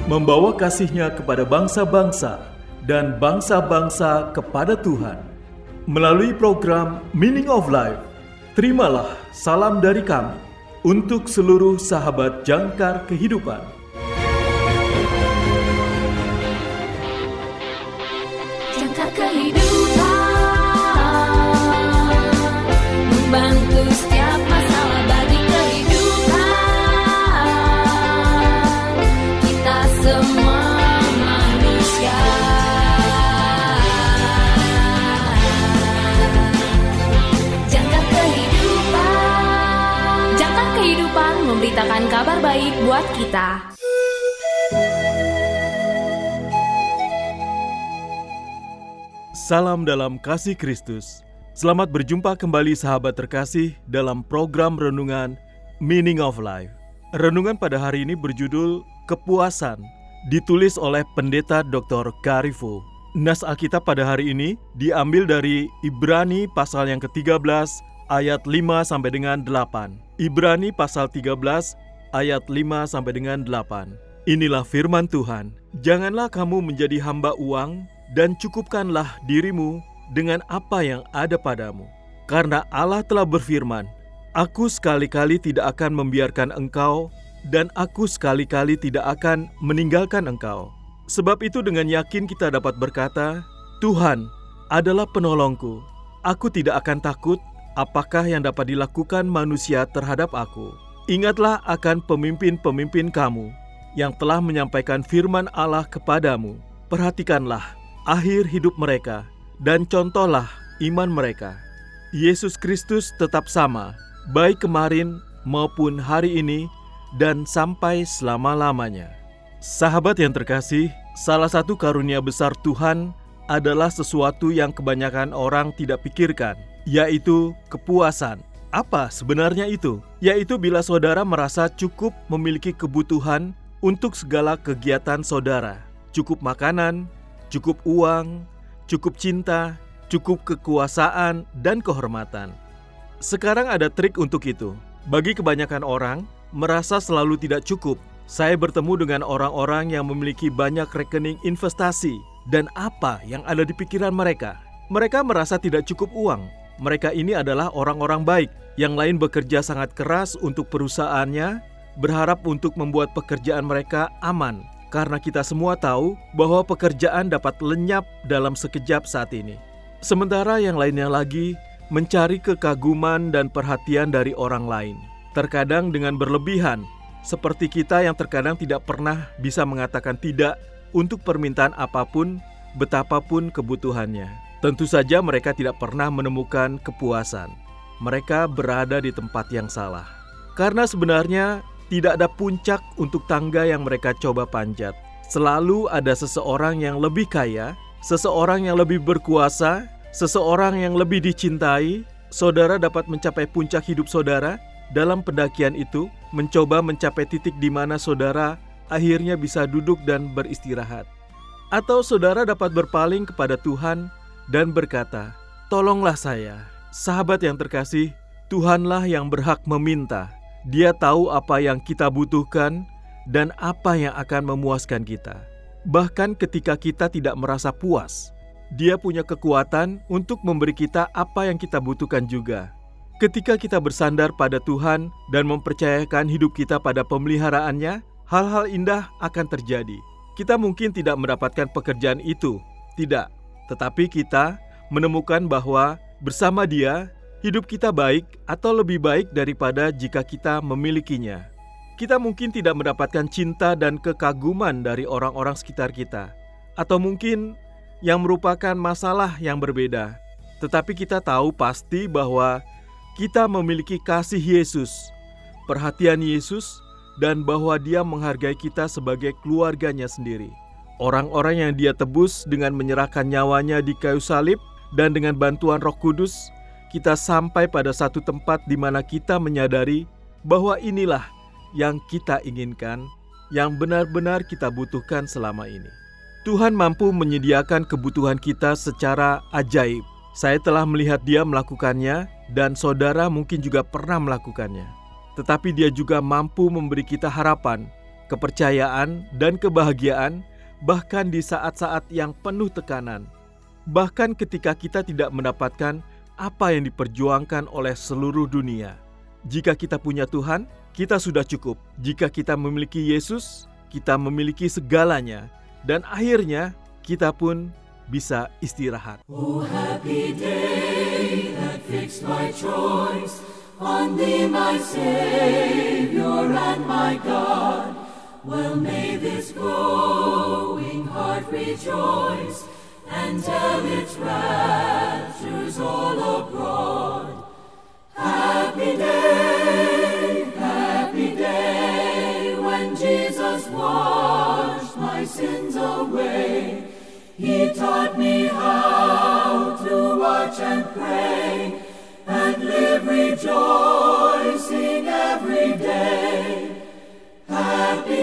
membawa kasih-Nya kepada bangsa-bangsa dan bangsa-bangsa kepada Tuhan. Melalui program Meaning of Life, terimalah salam dari kami untuk seluruh sahabat jangkar kehidupan. Jangkar kehidupan, membantu setiap masalah bagi kehidupan kita semua manusia. Jangkar kehidupan memberitakan kabar baik buat kita. Salam dalam kasih Kristus. Selamat berjumpa kembali sahabat terkasih dalam program renungan Meaning of Life. Renungan pada hari ini berjudul Kepuasan, ditulis oleh Pendeta Dr. Karifo. Nas Alkitab pada hari ini diambil dari Ibrani pasal yang ke-13 ayat 5 sampai dengan 8. Ibrani pasal 13 ayat 5 sampai dengan 8. Inilah firman Tuhan. Janganlah kamu menjadi hamba uang, dan cukupkanlah dirimu dengan apa yang ada padamu. Karena Allah telah berfirman, Aku sekali-kali tidak akan membiarkan engkau, dan aku sekali-kali tidak akan meninggalkan engkau. Sebab itu dengan yakin kita dapat berkata, Tuhan adalah penolongku. Aku tidak akan takut, apakah yang dapat dilakukan manusia terhadap aku. Ingatlah akan pemimpin-pemimpin kamu, yang telah menyampaikan firman Allah kepadamu. Perhatikanlah akhir hidup mereka, dan contohlah iman mereka. Yesus Kristus tetap sama, baik kemarin maupun hari ini, dan sampai selama-lamanya. Sahabat yang terkasih, salah satu karunia besar Tuhan adalah sesuatu yang kebanyakan orang tidak pikirkan, yaitu kepuasan. Apa sebenarnya itu? Yaitu bila saudara merasa cukup memiliki kebutuhan untuk segala kegiatan saudara. Cukup makanan, cukup uang, cukup cinta, cukup kekuasaan, dan kehormatan. Sekarang ada trik untuk itu. Bagi kebanyakan orang, merasa selalu tidak cukup. Saya bertemu dengan orang-orang yang memiliki banyak rekening investasi. Dan apa yang ada di pikiran mereka? Mereka merasa tidak cukup uang. Mereka ini adalah orang-orang baik. Yang lain bekerja sangat keras untuk perusahaannya, berharap untuk membuat pekerjaan mereka aman. Karena kita semua tahu bahwa pekerjaan dapat lenyap dalam sekejap saat ini. Sementara yang lainnya lagi mencari kekaguman dan perhatian dari orang lain. Terkadang dengan berlebihan, seperti kita yang terkadang tidak pernah bisa mengatakan tidak untuk permintaan apapun, betapapun kebutuhannya. Tentu saja mereka tidak pernah menemukan kepuasan. Mereka berada di tempat yang salah. Karena sebenarnya tidak ada puncak untuk tangga yang mereka coba panjat. Selalu ada seseorang yang lebih kaya, seseorang yang lebih berkuasa, seseorang yang lebih dicintai. Saudara dapat mencapai puncak hidup saudara dalam pendakian itu, mencoba mencapai titik di mana saudara akhirnya bisa duduk dan beristirahat. Atau saudara dapat berpaling kepada Tuhan dan berkata, "Tolonglah saya." Sahabat yang terkasih, Tuhanlah yang berhak meminta. Dia tahu apa yang kita butuhkan dan apa yang akan memuaskan kita. Bahkan ketika kita tidak merasa puas, Dia punya kekuatan untuk memberi kita apa yang kita butuhkan juga. Ketika kita bersandar pada Tuhan dan mempercayakan hidup kita pada pemeliharaannya, hal-hal indah akan terjadi. Kita mungkin tidak mendapatkan pekerjaan itu, tidak. Tetapi kita menemukan bahwa bersama Dia, hidup kita baik atau lebih baik daripada jika kita memilikinya. Kita mungkin tidak mendapatkan cinta dan kekaguman dari orang-orang sekitar kita. Atau mungkin yang merupakan masalah yang berbeda. Tetapi kita tahu pasti bahwa kita memiliki kasih Yesus, perhatian Yesus, dan bahwa Dia menghargai kita sebagai keluarganya sendiri. Orang-orang yang Dia tebus dengan menyerahkan nyawanya di kayu salib dan dengan bantuan Roh Kudus, kita sampai pada satu tempat di mana kita menyadari bahwa inilah yang kita inginkan, yang benar-benar kita butuhkan selama ini. Tuhan mampu menyediakan kebutuhan kita secara ajaib. Saya telah melihat Dia melakukannya, dan saudara mungkin juga pernah melakukannya. Tetapi Dia juga mampu memberi kita harapan kepercayaan, dan kebahagiaan, bahkan di saat-saat yang penuh tekanan. Bahkan ketika kita tidak mendapatkan apa yang diperjuangkan oleh seluruh dunia. Jika kita punya Tuhan, kita sudah cukup. Jika kita memiliki Yesus, kita memiliki segalanya. Dan akhirnya, kita pun bisa istirahat. Oh, happy day that fixed my choice on Thee, my Savior and my God. Well, may this growing heart rejoice and tell its raptures all abroad. Happy day, when Jesus washed my sins away. He taught me how to watch and pray and live rejoicing every day. Happy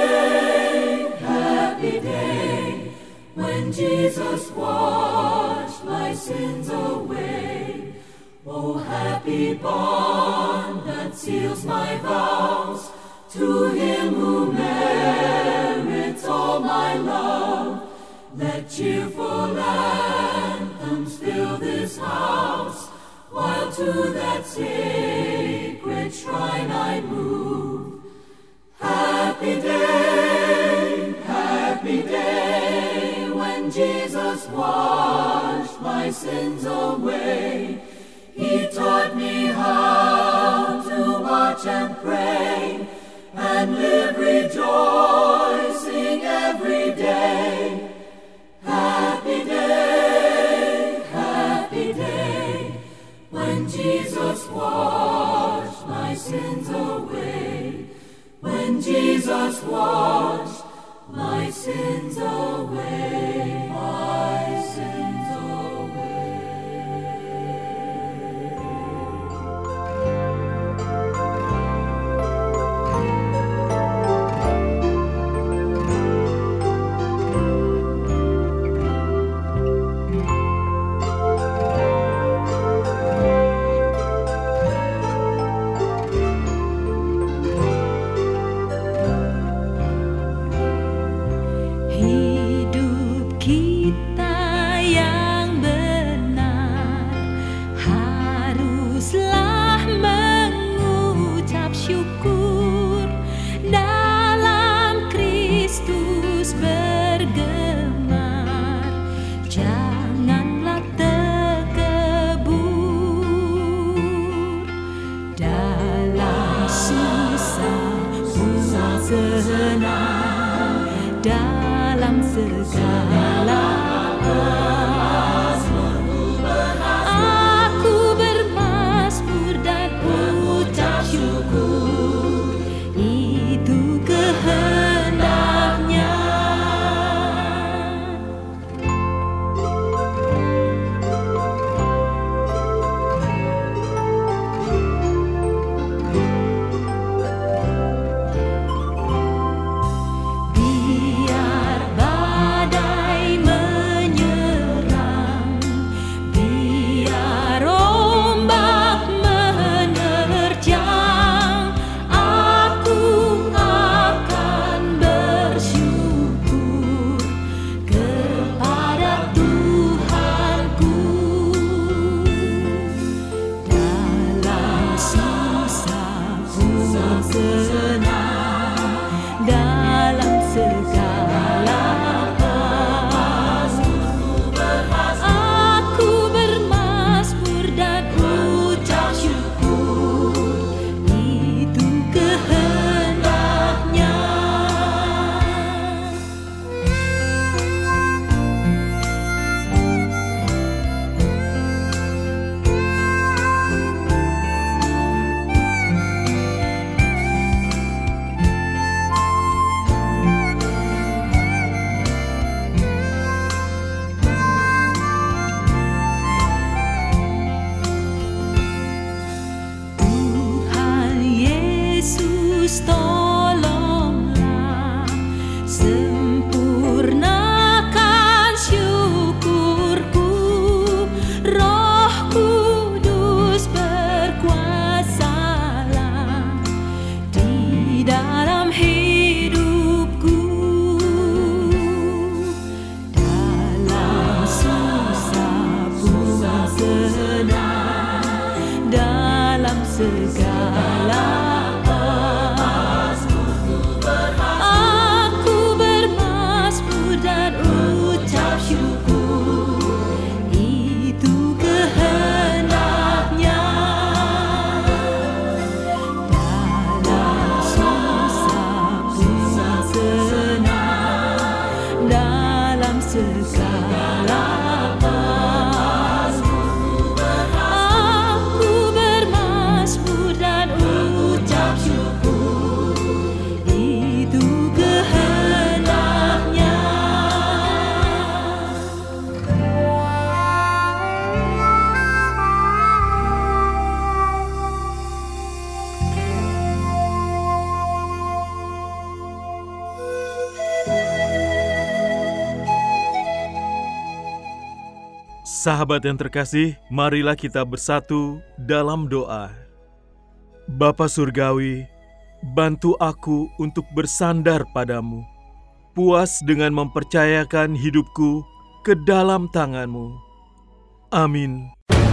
day, when Jesus washed my sins away. Oh, happy bond that seals my vows to Him who merits all my love. Let cheerful anthems fill this house, while to that sacred shrine I move. Happy day, when Jesus washed my sins away. He taught me how to watch and pray and live rejoicing every day. Happy day, when Jesus washed my sins away. When Jesus washed my sins away, my sins away. Senang dalam segala aku bermasmur dan ucap syukur, itu kehendaknya. Biar badai menyerang Sahabat yang terkasih, marilah kita bersatu dalam doa. Bapa Surgawi, bantu aku untuk bersandar padamu, puas dengan mempercayakan hidupku ke dalam tangan-Mu. Amin.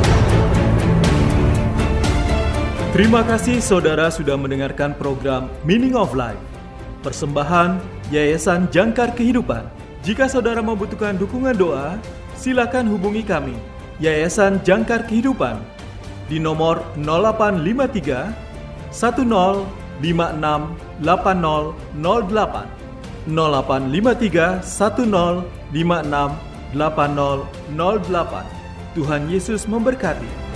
Terima kasih saudara sudah mendengarkan program Meaning of Life, persembahan Yayasan Jangkar Kehidupan. Jika saudara membutuhkan dukungan doa, silakan hubungi kami, Yayasan Jangkar Kehidupan, di nomor 0853 1056 8008, 0853 1056 8008. Tuhan Yesus memberkati.